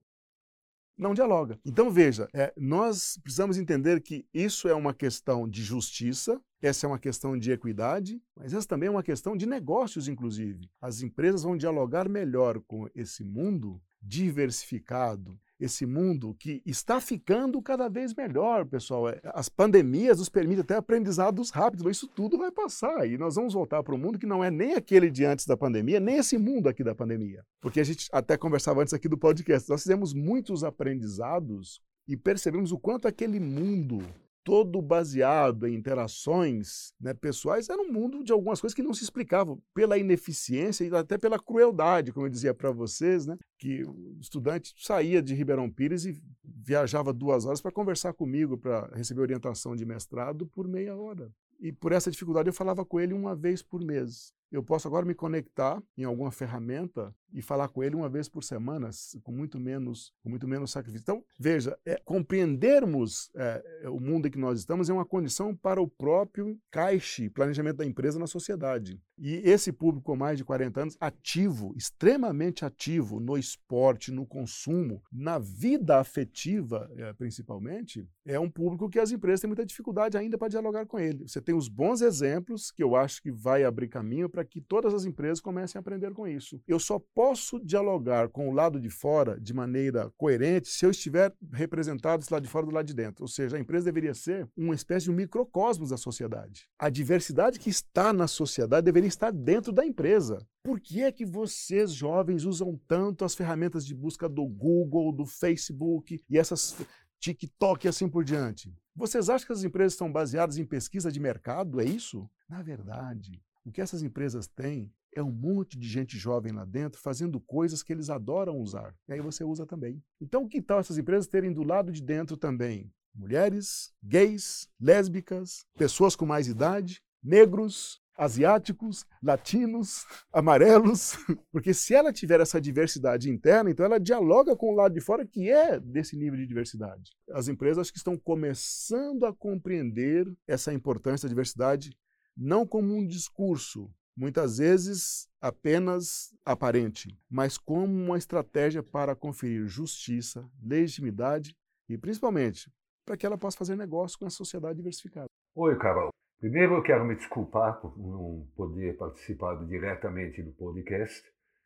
Não dialoga. Então, veja, nós precisamos entender que isso é uma questão de justiça, essa é uma questão de equidade, mas essa também é uma questão de negócios, inclusive. As empresas vão dialogar melhor com esse mundo diversificado, esse mundo que está ficando cada vez melhor, pessoal. As pandemias nos permitem até aprendizados rápidos, mas isso tudo vai passar e nós vamos voltar para um mundo que não é nem aquele de antes da pandemia, nem esse mundo aqui da pandemia. Porque a gente até conversava antes aqui do podcast, nós fizemos muitos aprendizados e percebemos o quanto aquele mundo todo baseado em interações, né, pessoais, era um mundo de algumas coisas que não se explicavam pela ineficiência e até pela crueldade, como eu dizia para vocês, né, que o estudante saía de Ribeirão Pires e viajava 2 horas para conversar comigo, para receber orientação de mestrado por meia hora. E por essa dificuldade eu falava com ele uma vez por mês. Eu posso agora me conectar em alguma ferramenta e falar com ele uma vez por semana, com muito menos sacrifício. Então, veja, compreendermos o mundo em que nós estamos é uma condição para o próprio encaixe, planejamento da empresa na sociedade. E esse público com mais de 40 anos, ativo, extremamente ativo no esporte, no consumo, na vida afetiva, principalmente, é um público que as empresas têm muita dificuldade ainda para dialogar com ele. Você tem os bons exemplos, que eu acho que vai abrir caminho para que todas as empresas comecem a aprender com isso. Eu só posso dialogar com o lado de fora de maneira coerente se eu estiver representado desse lado de fora do lado de dentro. Ou seja, a empresa deveria ser uma espécie de um microcosmos da sociedade. A diversidade que está na sociedade deveria estar dentro da empresa. Por que é que vocês, jovens, usam tanto as ferramentas de busca do Google, do Facebook e essas TikTok e assim por diante? Vocês acham que as empresas estão baseadas em pesquisa de mercado? É isso? Na verdade, o que essas empresas têm é um monte de gente jovem lá dentro fazendo coisas que eles adoram usar. E aí você usa também. Então, que tal essas empresas terem do lado de dentro também mulheres, gays, lésbicas, pessoas com mais idade, negros, asiáticos, latinos, amarelos? Porque se ela tiver essa diversidade interna, então ela dialoga com o lado de fora que é desse nível de diversidade. As empresas acho que estão começando a compreender essa importância da diversidade não como um discurso, muitas vezes apenas aparente, mas como uma estratégia para conferir justiça, legitimidade e, principalmente, para que ela possa fazer negócio com a sociedade diversificada. Oi, Carol. Primeiro eu quero me desculpar por não poder participar diretamente do podcast,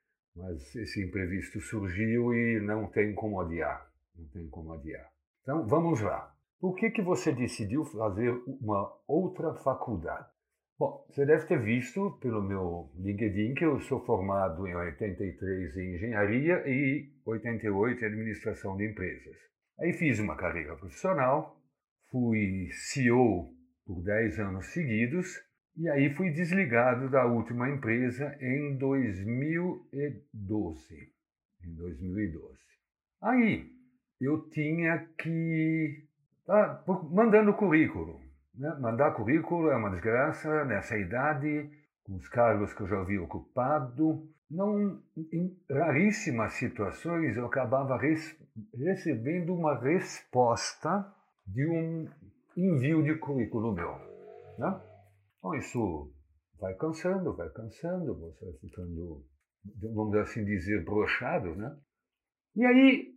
mas esse imprevisto surgiu e não tem como adiar. Não tem como adiar. Então, vamos lá. Por que você decidiu fazer uma outra faculdade? Bom, você deve ter visto pelo meu LinkedIn que eu sou formado em 83 em engenharia e 88 em administração de empresas. Aí fiz uma carreira profissional, fui CEO por 10 anos seguidos e aí fui desligado da última empresa em 2012. Aí eu tinha que estar mandando currículo. Mandar currículo é uma desgraça nessa idade, com os cargos que eu já havia ocupado. Em raríssimas situações eu acabava recebendo uma resposta de um envio de currículo meu. Né? Então isso vai cansando, você vai ficando, vamos assim dizer, broxado. Né? E aí,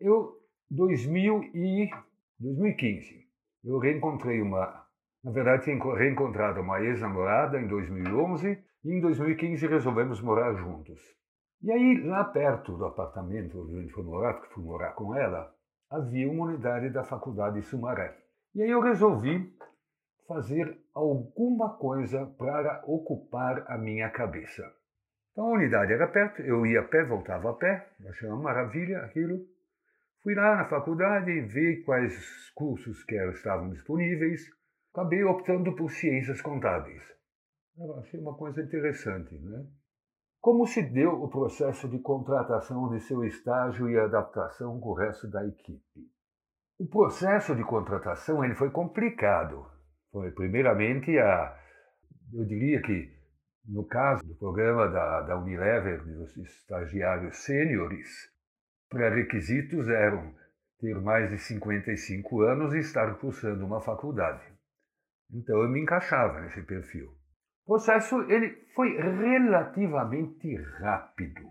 2015, eu reencontrei na verdade, tinha reencontrado uma ex-namorada em 2011 e em 2015 resolvemos morar juntos. E aí, lá perto do apartamento onde a gente foi morar, porque fui morar com ela, havia uma unidade da faculdade de Sumaré. E aí eu resolvi fazer alguma coisa para ocupar a minha cabeça. Então a unidade era perto, eu ia a pé, voltava a pé, achei uma maravilha aquilo. Fui lá na faculdade, vi quais cursos que estavam disponíveis. Acabei optando por ciências contábeis. Eu achei uma coisa interessante, né? Como se deu o processo de contratação de seu estágio e adaptação com o resto da equipe? O processo de contratação ele foi complicado. Foi, primeiramente, eu diria que, no caso do programa da Unilever, dos estagiários sêniores, pré-requisitos eram ter mais de 55 anos e estar cursando uma faculdade. Então, eu me encaixava nesse perfil. O processo ele foi relativamente rápido.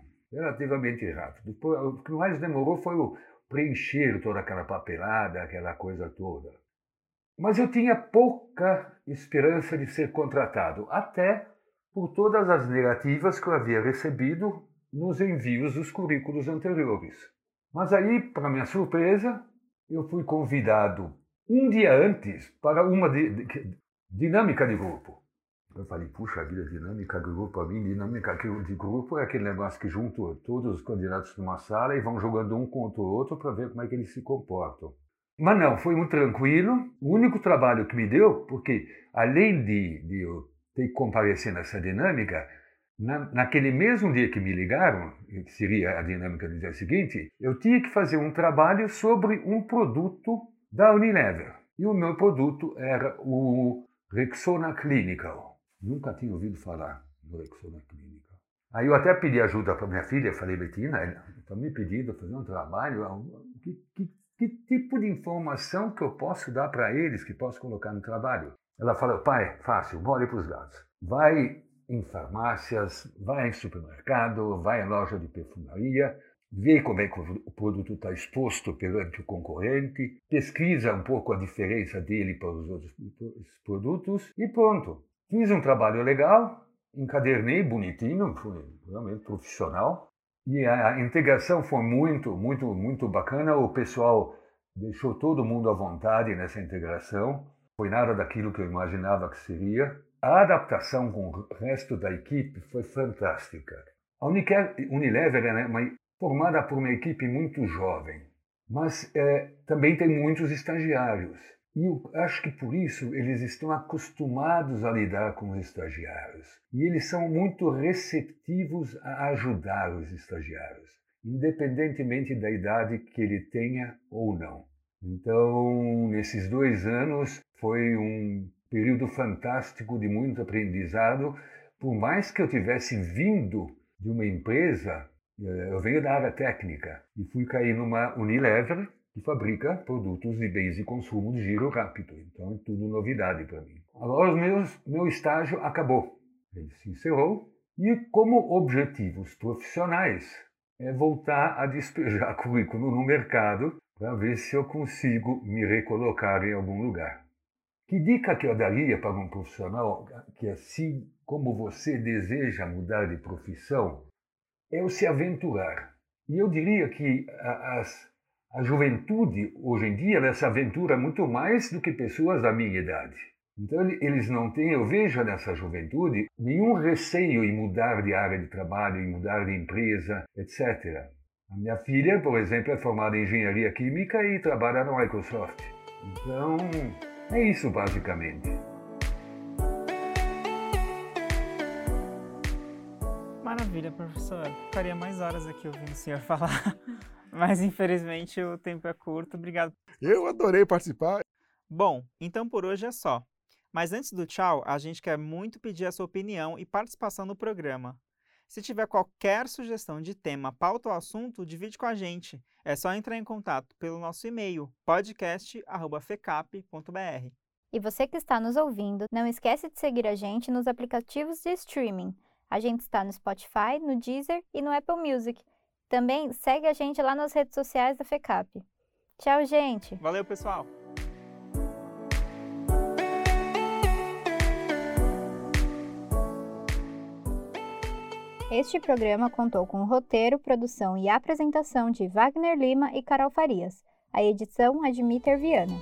O que mais demorou foi o preencher toda aquela papelada, aquela coisa toda. Mas eu tinha pouca esperança de ser contratado, até por todas as negativas que eu havia recebido nos envios dos currículos anteriores. Mas aí, para minha surpresa, eu fui convidado um dia antes para uma dinâmica de grupo. Eu falei, puxa vida, dinâmica de grupo, para mim, dinâmica de grupo é aquele negócio que junta todos os candidatos numa sala e vão jogando um contra o outro para ver como é que eles se comportam. Mas não, foi muito tranquilo. O único trabalho que me deu, porque além de eu ter que comparecer nessa dinâmica, naquele mesmo dia que me ligaram, que seria a dinâmica do dia seguinte, eu tinha que fazer um trabalho sobre um produto da Unilever. E o meu produto era o Rexona Clinical. Nunca tinha ouvido falar do Rexona Clinical. Aí eu até pedi ajuda para minha filha, falei, Betina, está me pedindo fazer um trabalho, que tipo de informação que eu posso dar para eles, que posso colocar no trabalho? Ela falou, pai, fácil, bora para os dados. Vai em farmácias, vai em supermercado, vai em loja de perfumaria, vê como é que o produto está exposto perante o concorrente, pesquisa um pouco a diferença dele para os outros produtos e pronto. Fiz um trabalho legal, encadernei bonitinho, foi realmente profissional e a integração foi muito, muito, muito bacana. O pessoal deixou todo mundo à vontade nessa integração, foi nada daquilo que eu imaginava que seria. A adaptação com o resto da equipe foi fantástica. A Unilever é formada por uma equipe muito jovem, mas também tem muitos estagiários. E eu acho que por isso eles estão acostumados a lidar com os estagiários. E eles são muito receptivos a ajudar os estagiários, independentemente da idade que ele tenha ou não. Então, nesses 2 anos, foi um período fantástico de muito aprendizado. Por mais que eu tivesse vindo de uma empresa, eu venho da área técnica e fui cair numa Unilever que fabrica produtos de bens de consumo de giro rápido. Então, é tudo novidade para mim. Agora, meu estágio acabou. Ele se encerrou e, como objetivos profissionais, é voltar a despejar currículo no mercado para ver se eu consigo me recolocar em algum lugar. Que dica que eu daria para um profissional que, assim como você deseja mudar de profissão, é o se aventurar. E eu diria que a juventude, hoje em dia, ela se aventura muito mais do que pessoas da minha idade. Então, eles não têm, eu vejo nessa juventude, nenhum receio em mudar de área de trabalho, em mudar de empresa, etc. A minha filha, por exemplo, é formada em engenharia química e trabalha na Microsoft. Então, é isso basicamente. Maravilha, professor. Ficaria mais horas aqui ouvindo o senhor falar, mas infelizmente o tempo é curto. Obrigado. Eu adorei participar. Bom, então por hoje é só. Mas antes do tchau, a gente quer muito pedir a sua opinião e participação no programa. Se tiver qualquer sugestão de tema, pauta ou assunto, divide com a gente. É só entrar em contato pelo nosso e-mail, podcast@fecap.br. E você que está nos ouvindo, não esquece de seguir a gente nos aplicativos de streaming. A gente está no Spotify, no Deezer e no Apple Music. Também segue a gente lá nas redes sociais da FECAP. Tchau, gente! Valeu, pessoal! Este programa contou com roteiro, produção e apresentação de Wagner Lima e Carol Farias. A edição é de Miter Viana.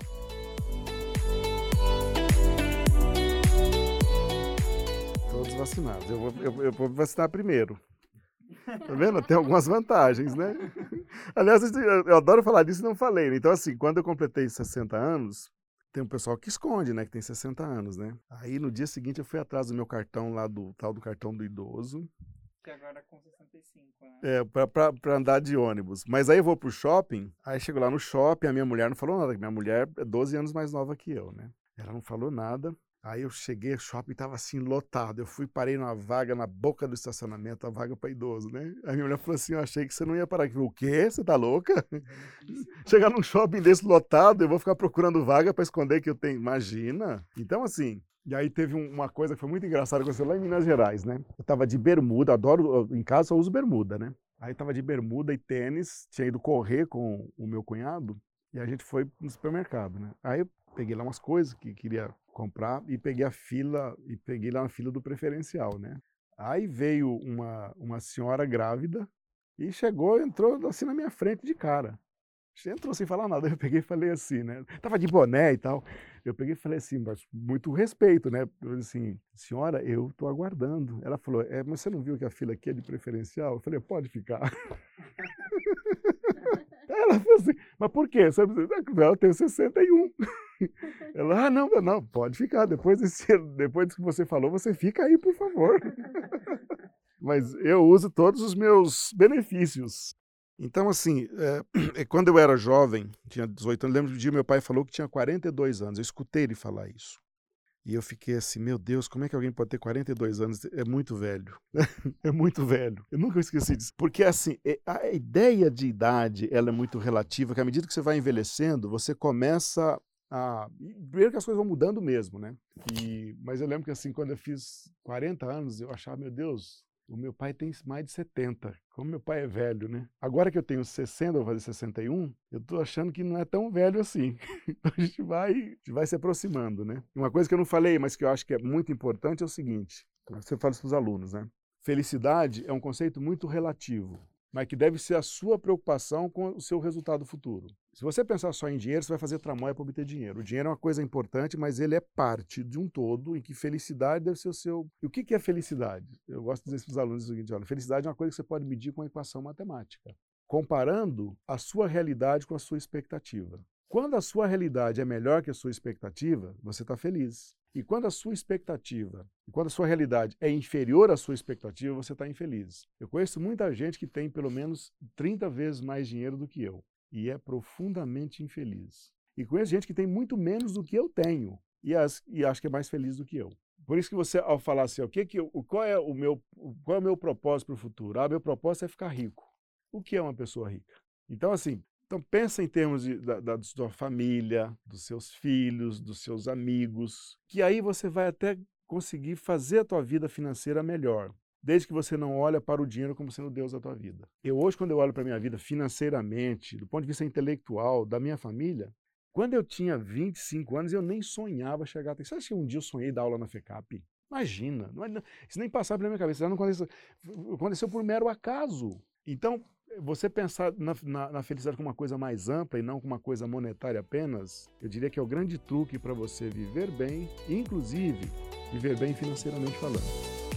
Todos vacinados. Eu vou vacinar primeiro. Tá vendo? Tem algumas vantagens, né? Aliás, eu adoro falar disso e não falei. Então, assim, quando eu completei 60 anos, tem um pessoal que esconde, né? Que tem 60 anos, né? Aí, no dia seguinte, eu fui atrás do meu cartão lá, do tal do cartão do idoso. que agora é com 65, né? Pra andar de ônibus. Mas aí eu vou pro shopping, aí chego lá no shopping, a minha mulher não falou nada, minha mulher é 12 anos mais nova que eu, né? Ela não falou nada. Aí eu cheguei, o shopping tava assim, lotado. Eu parei numa vaga na boca do estacionamento, a vaga para idoso, né? Aí minha mulher falou assim, eu achei que você não ia parar aqui. Eu falei, o quê? Você tá louca? Chegar num shopping desse lotado, eu vou ficar procurando vaga para esconder que eu tenho. Imagina! Então, assim, e aí teve uma coisa que foi muito engraçada, que aconteceu lá em Minas Gerais, né? Eu tava de bermuda, em casa eu uso bermuda, né? Aí tava de bermuda e tênis, tinha ido correr com o meu cunhado, e a gente foi no supermercado, né? Aí eu peguei lá umas coisas que queria comprar e peguei lá na fila do preferencial, né? Aí veio uma senhora grávida e entrou assim na minha frente de cara. Entrou sem falar nada, eu peguei e falei assim, né? Tava de boné e tal. Eu peguei e falei assim, mas muito respeito, né? Eu falei assim, senhora, eu tô aguardando. Ela falou, mas você não viu que a fila aqui é de preferencial? Eu falei, pode ficar. Ela falou assim, mas por quê? Eu tenho 61. Ela, não, pode ficar. Depois disso que você falou, você fica aí, por favor. Mas eu uso todos os meus benefícios. Então, assim, quando eu era jovem, tinha 18 anos, lembro do dia meu pai falou que tinha 42 anos. Eu escutei ele falar isso. E eu fiquei assim, meu Deus, como é que alguém pode ter 42 anos? É muito velho. É muito velho. Eu nunca esqueci disso. Porque, assim, a ideia de idade, ela é muito relativa, que à medida que você vai envelhecendo, você começa primeiro que as coisas vão mudando mesmo, né? Mas eu lembro que, assim, quando eu fiz 40 anos, eu achava, meu Deus, o meu pai tem mais de 70. Como meu pai é velho, né? Agora que eu tenho 60, vou fazer 61, eu tô achando que não é tão velho assim. Então a gente vai se aproximando, né? Uma coisa que eu não falei, mas que eu acho que é muito importante é o seguinte, você fala isso para os alunos, né? Felicidade é um conceito muito relativo, mas que deve ser a sua preocupação com o seu resultado futuro. Se você pensar só em dinheiro, você vai fazer tramóia para obter dinheiro. O dinheiro é uma coisa importante, mas ele é parte de um todo em que felicidade deve ser o seu... E o que é felicidade? Eu gosto de dizer para os alunos o seguinte, olha, felicidade é uma coisa que você pode medir com uma equação matemática, comparando a sua realidade com a sua expectativa. Quando a sua realidade é melhor que a sua expectativa, você está feliz. E quando a sua realidade é inferior à sua expectativa, você está infeliz. Eu conheço muita gente que tem pelo menos 30 vezes mais dinheiro do que eu e é profundamente infeliz. E conheço gente que tem muito menos do que eu tenho e acho que é mais feliz do que eu. Por isso que você, ao falar assim, qual é o meu propósito para o futuro? Meu propósito é ficar rico. O que é uma pessoa rica? Então, assim, pensa em termos da sua família, dos seus filhos, dos seus amigos, que aí você vai até conseguir fazer a tua vida financeira melhor, desde que você não olha para o dinheiro como sendo o Deus da tua vida. Hoje, quando eu olho para a minha vida financeiramente, do ponto de vista intelectual, da minha família, quando eu tinha 25 anos, eu nem sonhava chegar até... Você acha que um dia eu sonhei dar aula na FECAP? Imagina, isso nem passava pela minha cabeça, isso não aconteceu por mero acaso. Então, você pensar na felicidade como uma coisa mais ampla e não como uma coisa monetária apenas, eu diria que é o grande truque para você viver bem, inclusive viver bem financeiramente falando.